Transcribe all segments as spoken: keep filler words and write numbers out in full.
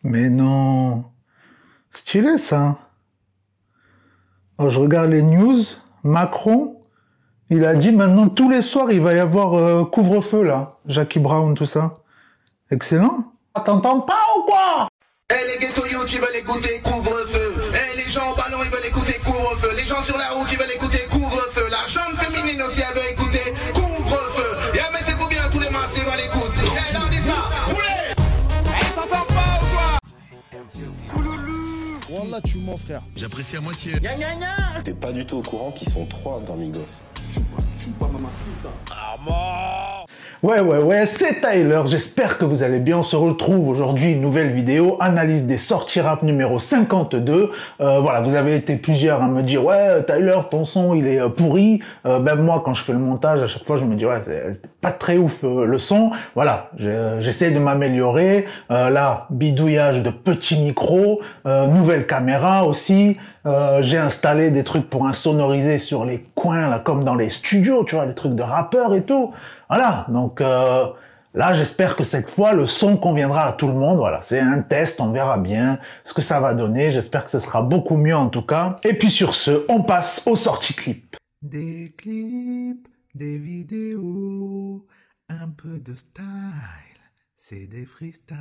Mais non. Stylé ça. Alors, je regarde les news. Macron, il a dit maintenant tous les soirs il va y avoir euh, couvre-feu là. Jackie Brown, tout ça. Excellent. T'entends pas ou quoi? Eh hey, les ghetto youth ils veulent écouter couvre-feu. Eh hey, les gens au ballon ils veulent écouter couvre-feu. Les gens sur la route ils veulent écouter couvre-feu. La jeune féminine aussi elle veut écouter couvre-feu. Et yeah, mettez-vous bien tous les massifs à l'écoute. Eh hey, là on dit ça, roulez. Eh hey, t'entends pas ou quoi? Wallah tu mens frère. J'apprécie à moitié. Gna gna gna. T'es pas du tout au courant qu'ils sont trois Dormigos. Tu pas mamacita. Ah mort. Ouais, ouais, ouais, c'est Tyler, j'espère que vous allez bien. On se retrouve aujourd'hui, une nouvelle vidéo, analyse des sorties rap numéro cinquante-deux. Euh, voilà, vous avez été plusieurs à me dire, ouais, Tyler, ton son, il est pourri. Euh, même moi, quand je fais le montage, à chaque fois, je me dis, ouais, c'est pas très ouf euh, le son. Voilà, j'essaie de m'améliorer. Euh, là, bidouillage de petits micros, euh, nouvelle caméra aussi. Euh, j'ai installé des trucs pour insonoriser sur les coins, là, comme dans les studios, tu vois, les trucs de rappeurs et tout. Voilà, donc euh, là, j'espère que cette fois, le son conviendra à tout le monde. Voilà, c'est un test, on verra bien ce que ça va donner. J'espère que ce sera beaucoup mieux en tout cas. Et puis sur ce, on passe aux sorties clips. Des clips, des vidéos, un peu de style, c'est des freestyles.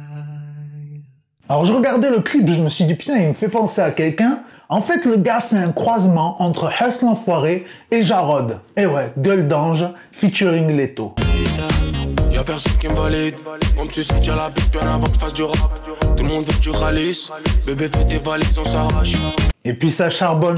Alors je regardais le clip, je me suis dit putain il me fait penser à quelqu'un. En fait le gars c'est un croisement entre Hess l'enfoiré et Jarod. Et ouais, Gueule d'ange featuring Leto. Y'a personne qui me valide. On me suicide, y'a la bite bien avant que je fasse du rap. Tout le monde veut que tu ralisses. Bébé fais tes valises, on s'arrache. Et puis ça charbonne...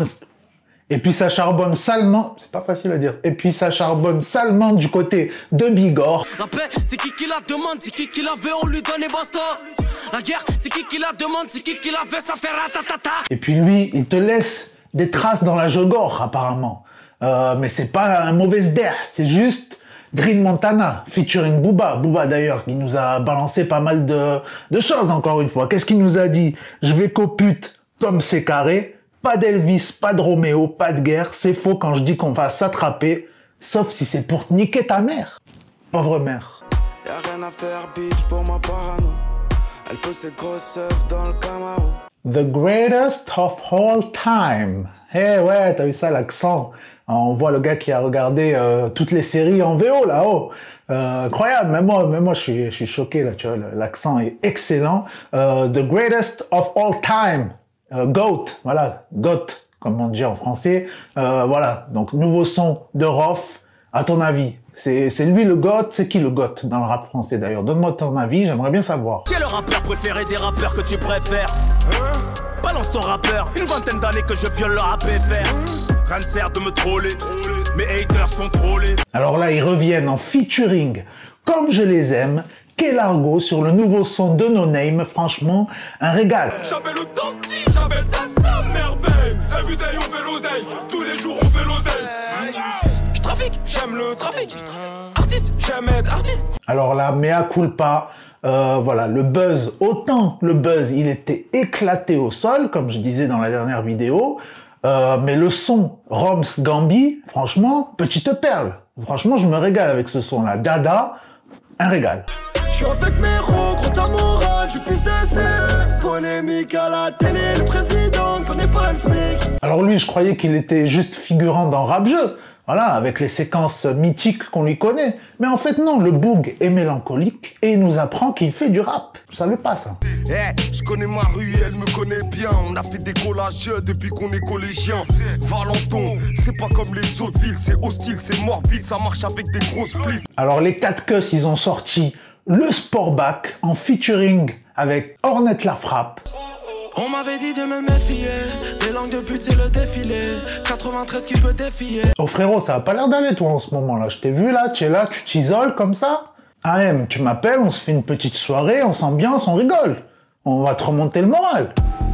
Et puis ça charbonne salement, c'est pas facile à dire, et puis ça charbonne salement du côté de Bigorre. La paix, c'est qui qui la demande, c'est qui qui la veut, on lui donne et basta. La guerre, c'est qui qui la demande, c'est qui qui la veut, ça fait ratatata. Et puis lui, il te laisse des traces dans la Jogor, apparemment. Euh, mais c'est pas un mauvais d'air, c'est juste Green Montana, featuring Booba. Booba d'ailleurs, qui nous a balancé pas mal de, de choses encore une fois. Qu'est-ce qu'il nous a dit? Je vais qu'au pute comme c'est carré. Pas d'Elvis, pas de Roméo, pas de guerre. C'est faux quand je dis qu'on va s'attraper, sauf si c'est pour te niquer ta mère. Pauvre mère. Y'a rien à faire, bitch, pour ma parano. Elle pose ses grosses œufs dans le Camaro. The greatest of all time. Eh hey, ouais, t'as vu ça, l'accent. On voit le gars qui a regardé euh, toutes les séries en V O là-haut. Euh, incroyable, même moi, même moi je suis, je suis choqué là, tu vois, l'accent est excellent. Euh, the greatest of all time. Euh, GOAT, voilà, GOAT, comme on dit en français. Euh, voilà, donc nouveau son de Rof. À ton avis, c'est c'est lui le GOAT? C'est qui le GOAT dans le rap français d'ailleurs? Donne-moi ton avis, j'aimerais bien savoir. Qui est le rappeur préféré des rappeurs que tu préfères? Hein? Balance ton rappeur, une vingtaine d'années que je viole le rap et faire. Rien ne sert de me troller, mes haters sont trollés. Alors là, ils reviennent en featuring, comme je les aime. Quel argot sur le nouveau son de No Name, franchement, un régal. J'appelle le dentiste, j'appelle ta merveille. Everyday on fait l'oseille, tous les jours on fait l'oseille. Je trafique, j'aime le trafic. Artiste, j'aime être artiste. Alors là, mea culpa, euh, voilà, le buzz, autant le buzz, il était éclaté au sol, comme je disais dans la dernière vidéo, euh, mais le son Roms Gambi, franchement, petite perle. Franchement, je me régale avec ce son-là. Dada, un régal. Je suis avec mes ros, gros ta morale, je pisse des cesses. Polémique à la télé, le président connaît pas le SMIC. Alors lui, je croyais qu'il était juste figurant dans Rap Jeu. Voilà, avec les séquences mythiques qu'on lui connaît. Mais en fait, non, le Boog est mélancolique et il nous apprend qu'il fait du rap. Je savais pas ça. Eh, hey, je connais ma rue, elle me connaît bien. On a fait des collages depuis qu'on est collégiens. Valenton, c'est pas comme les autres villes, c'est hostile, c'est morbide, ça marche avec des grosses plis. Alors les quatre Cuss, ils ont sorti le Sportback en featuring avec Ornette La Frappe. On m'avait dit de me méfier, des langues de pute c'est le défilé, quatre-vingt-treize qui peut défier. Oh frérot, ça a pas l'air d'aller toi en ce moment là, je t'ai vu là, tu es là, tu t'isoles comme ça. A M, tu m'appelles, on se fait une petite soirée, on s'ambiance, on rigole. On va te remonter le moral.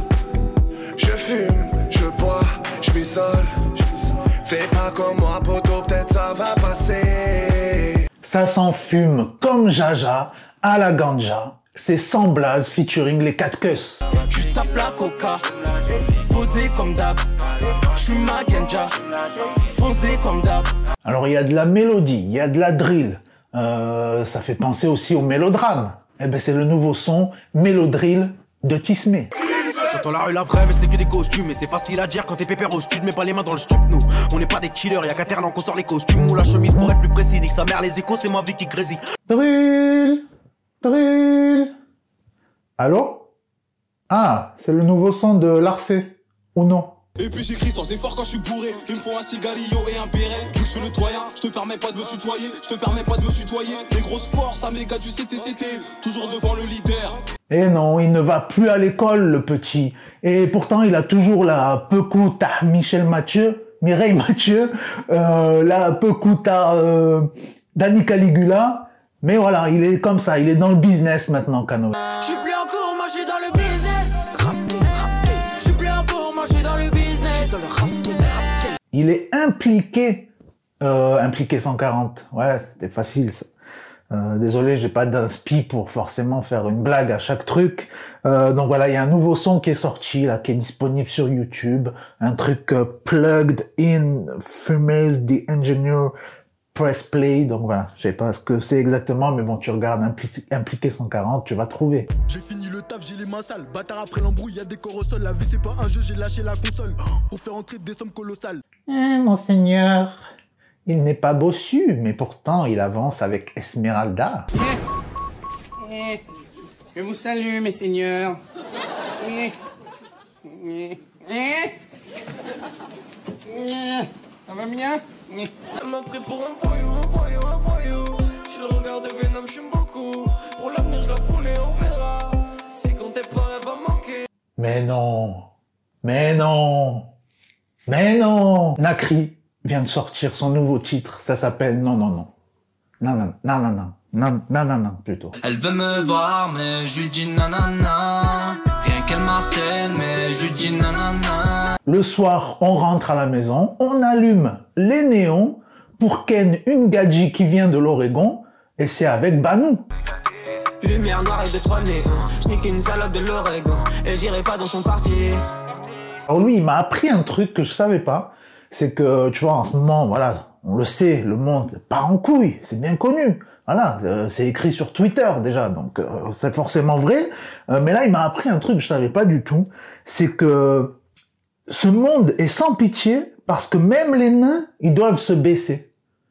Je fume, je bois, je m'isole. Fais pas comme moi poto, peut-être ça va passer. Ça s'enfume comme Jaja à la ganja. C'est Sans Blaze featuring les quatre Cuss. Tu tapes la coca, posé comme d'hab. Je suis ma ganja, foncé comme d'hab. Alors il y a de la mélodie, il y a de la drill. Euh, ça fait penser aussi au mélodrame. Eh ben c'est le nouveau son Mélodrill de Tismé. J'entends la rue la vraie, mais c'est que des costumes. Et c'est facile à dire quand t'es pépère au stud, mets pas les mains dans le stup. Nous, on n'est pas des killers, y'a qu'à terre qu'on sort les costumes ou la chemise pour être plus précis. Nique sa mère, les échos, c'est ma vie qui grésille. Drill, drill. Allô? Ah, c'est le nouveau son de Larcé, ou non? Et puis j'écris sans effort quand je suis bourré. Il me faut un cigarillo et un béret. Vu que je suis le doyen, je te permets pas de me tutoyer. Je te permets pas de me tutoyer. Les grosses forces, un méga du C T C T. Toujours devant le leader. Et non, il ne va plus à l'école, le petit. Et pourtant, il a toujours la Pekuta Michel Mathieu, Mireille Mathieu, euh, la Pekuta euh, Dani Caligula. Mais voilà, il est comme ça, il est dans le business maintenant, Cano. Je suis plus en cours, moi je suis dans le business. Je suis plus en cours, moi je suis dans le business. Il est impliqué, euh, impliqué cent quarante. Ouais, c'était facile ça. Euh, désolé, j'ai pas d'inspi pour forcément faire une blague à chaque truc. Euh, donc voilà, il y a un nouveau son qui est sorti là, qui est disponible sur YouTube. Un truc euh, plugged in, Fumes the Engineer, press play. Donc voilà, je sais pas ce que c'est exactement, mais bon, tu regardes impli impliqué cent quarante, tu vas trouver. J'ai fini le taf, j'ai les mains sales. Bâtard après l'embrouille, y'a des corps au sol. La vie c'est pas un jeu, j'ai lâché la console pour faire entrer des sommes colossales. Eh, monseigneur, il n'est pas bossu, mais pourtant il avance avec Esmeralda. Eh, eh, je vous salue, mes seigneurs. Eh, eh, eh, eh, ça va bien? Eh. Elle m'a pris pour un voyou, un voyou, un voyou. Je le regarde de Venom, j'aime beaucoup. Pour l'avenir, je la voulais, on verra. Si comptez pas, elle va manquer. Mais non, mais non, mais non. Nakri vient de sortir son nouveau titre, ça s'appelle Non, non, non. Non, non, non, non, non, non, non, non, non, plutôt. Elle veut me voir, mais je lui dis nanana. Rien qu'elle m'harcèle, mais je lui dis nanana. Le soir, on rentre à la maison, on allume les néons pour ken une gadji qui vient de l'Oregon, et c'est avec Banou. Lumière noire et de trois néons. Je nique une salope de l'Oregon, et j'irai pas dans son parti. Alors lui, il m'a appris un truc que je savais pas, c'est que, tu vois, en ce moment, voilà, on le sait, le monde part en couille, c'est bien connu. Voilà, euh, c'est écrit sur Twitter déjà, donc euh, c'est forcément vrai. Euh, mais là, il m'a appris un truc que je savais pas du tout, c'est que ce monde est sans pitié parce que même les nains, ils doivent se baisser.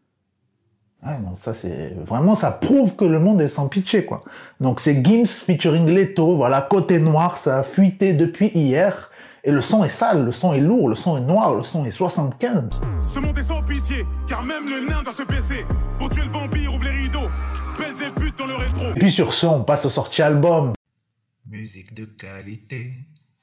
Ouais, non, ça c'est vraiment, ça prouve que le monde est sans pitié, quoi. Donc c'est Gims featuring Leto, voilà, côté noir, ça a fuité depuis hier. Et le son est sale, le son est lourd, le son est noir, le son est soixante-quinze. Ce monde est sans pitié, car même le nain doit se baisser. Pour tuer le vampire, ouvre les rideaux. Belles et putes dans le rétro. Et puis sur ce, on passe au sorti album. Musique de qualité,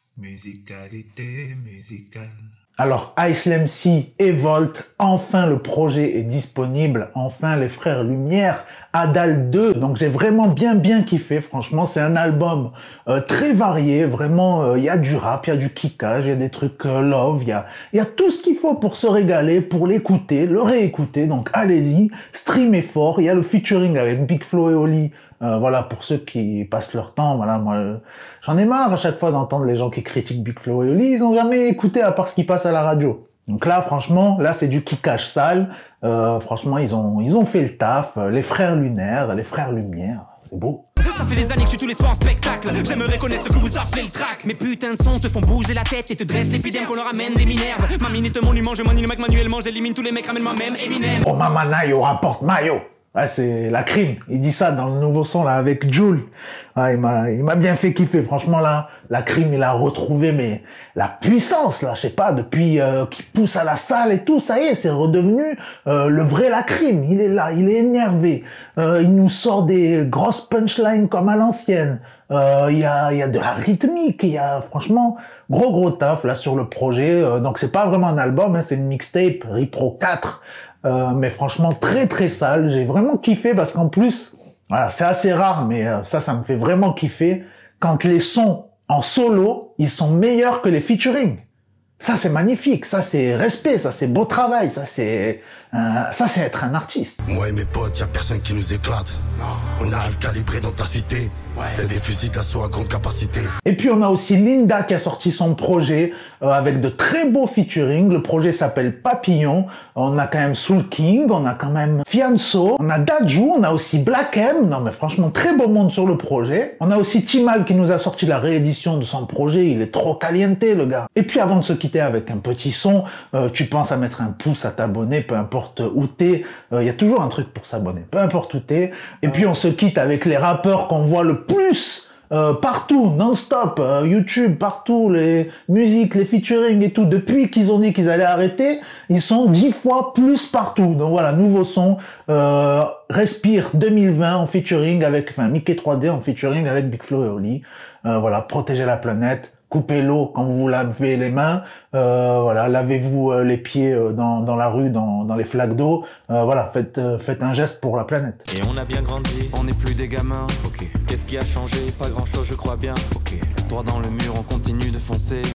musicalité musicale. Alors, Islem C et Volt, enfin le projet est disponible, enfin les frères Lumière, Adal deux, donc j'ai vraiment bien bien kiffé, franchement c'est un album euh, très varié, vraiment il euh, y a du rap, il y a du kickage, il y a des trucs euh, love, il y a, y a tout ce qu'il faut pour se régaler, pour l'écouter, le réécouter, donc allez-y, streamez fort, il y a le featuring avec Big Flo et Oli. Euh, voilà, pour ceux qui passent leur temps, voilà, moi, euh, j'en ai marre à chaque fois d'entendre les gens qui critiquent Big Flo et Oli, ils ont jamais écouté à part ce qui passe à la radio. Donc là, franchement, là, c'est du kickage sale, euh, franchement, ils ont, ils ont fait le taf, les frères lunaires, les frères lumière, c'est beau. Ça fait des années que je suis tous les soirs en spectacle. J'aimerais connaître ce que vous appelez le track. Mes putains de sons te font bouger la tête et te dressent l'épidème qu'on leur amène des minerves. Ma minute monument, je m'ennuie le mec manuellement, j'élimine tous les mecs, ramène moi-même Eminem. Oh mamana, yo rapporte mayo. Ouais, c'est la crime. Il dit ça dans le nouveau son là avec Jul. Ah, il m'a, il m'a bien fait kiffer. Franchement là, la crime, il a retrouvé mais la puissance là, je sais pas, depuis euh, qu'il pousse à la salle et tout, ça y est, c'est redevenu euh, le vrai la crime. Il est là, il est énervé. Euh, il nous sort des grosses punchlines comme à l'ancienne. Euh, il y a, il y a de la rythmique. Il y a franchement gros gros taf là sur le projet. Euh, donc c'est pas vraiment un album, hein, c'est une mixtape, Repro quatre. Euh, mais franchement très très sale, j'ai vraiment kiffé parce qu'en plus, voilà, c'est assez rare, mais euh, ça, ça me fait vraiment kiffer quand les sons en solo, ils sont meilleurs que les featuring. Ça, c'est magnifique. Ça, c'est respect. Ça, c'est beau travail. Ça, c'est euh, ça, c'est être un artiste. Moi et mes potes, y a personne qui nous éclate. Non. On arrive calibré dans ta cité. Y'a des fusils d'assaut à grande capacité. Et puis on a aussi Linda qui a sorti son projet euh, avec de très beaux featuring. Le projet s'appelle Papillon. On a quand même Soul King, on a quand même Fianso, on a Dadju, on a aussi Black M. Non mais franchement très beau monde sur le projet. On a aussi Timal qui nous a sorti la réédition de son projet. Il est trop caliente le gars. Et puis avant de se quitter avec un petit son, euh, tu penses à mettre un pouce, à t'abonner, peu importe où t'es. Il euh, y a toujours un truc pour s'abonner, peu importe où t'es. Et puis on se quitte avec les rappeurs qu'on voit le plus euh, partout, non-stop, euh, YouTube, partout, les musiques, les featuring et tout. Depuis qu'ils ont dit qu'ils allaient arrêter, ils sont dix fois plus partout. Donc voilà, nouveau son, euh, Respire deux mille vingt en featuring avec, enfin Mickey trois D en featuring avec Big Flo et Oli. Euh, voilà, protéger la planète. Coupez l'eau quand vous vous lavez les mains, euh, voilà, lavez-vous euh, les pieds euh, dans, dans la rue, dans, dans les flaques d'eau, euh, voilà, faites, euh, faites un geste pour la planète. Et on a bien grandi, on n'est plus des gamins, ok. Qu'est-ce qui a changé? Pas grand chose je crois bien, ok. Droit dans le mur, on continue de foncer.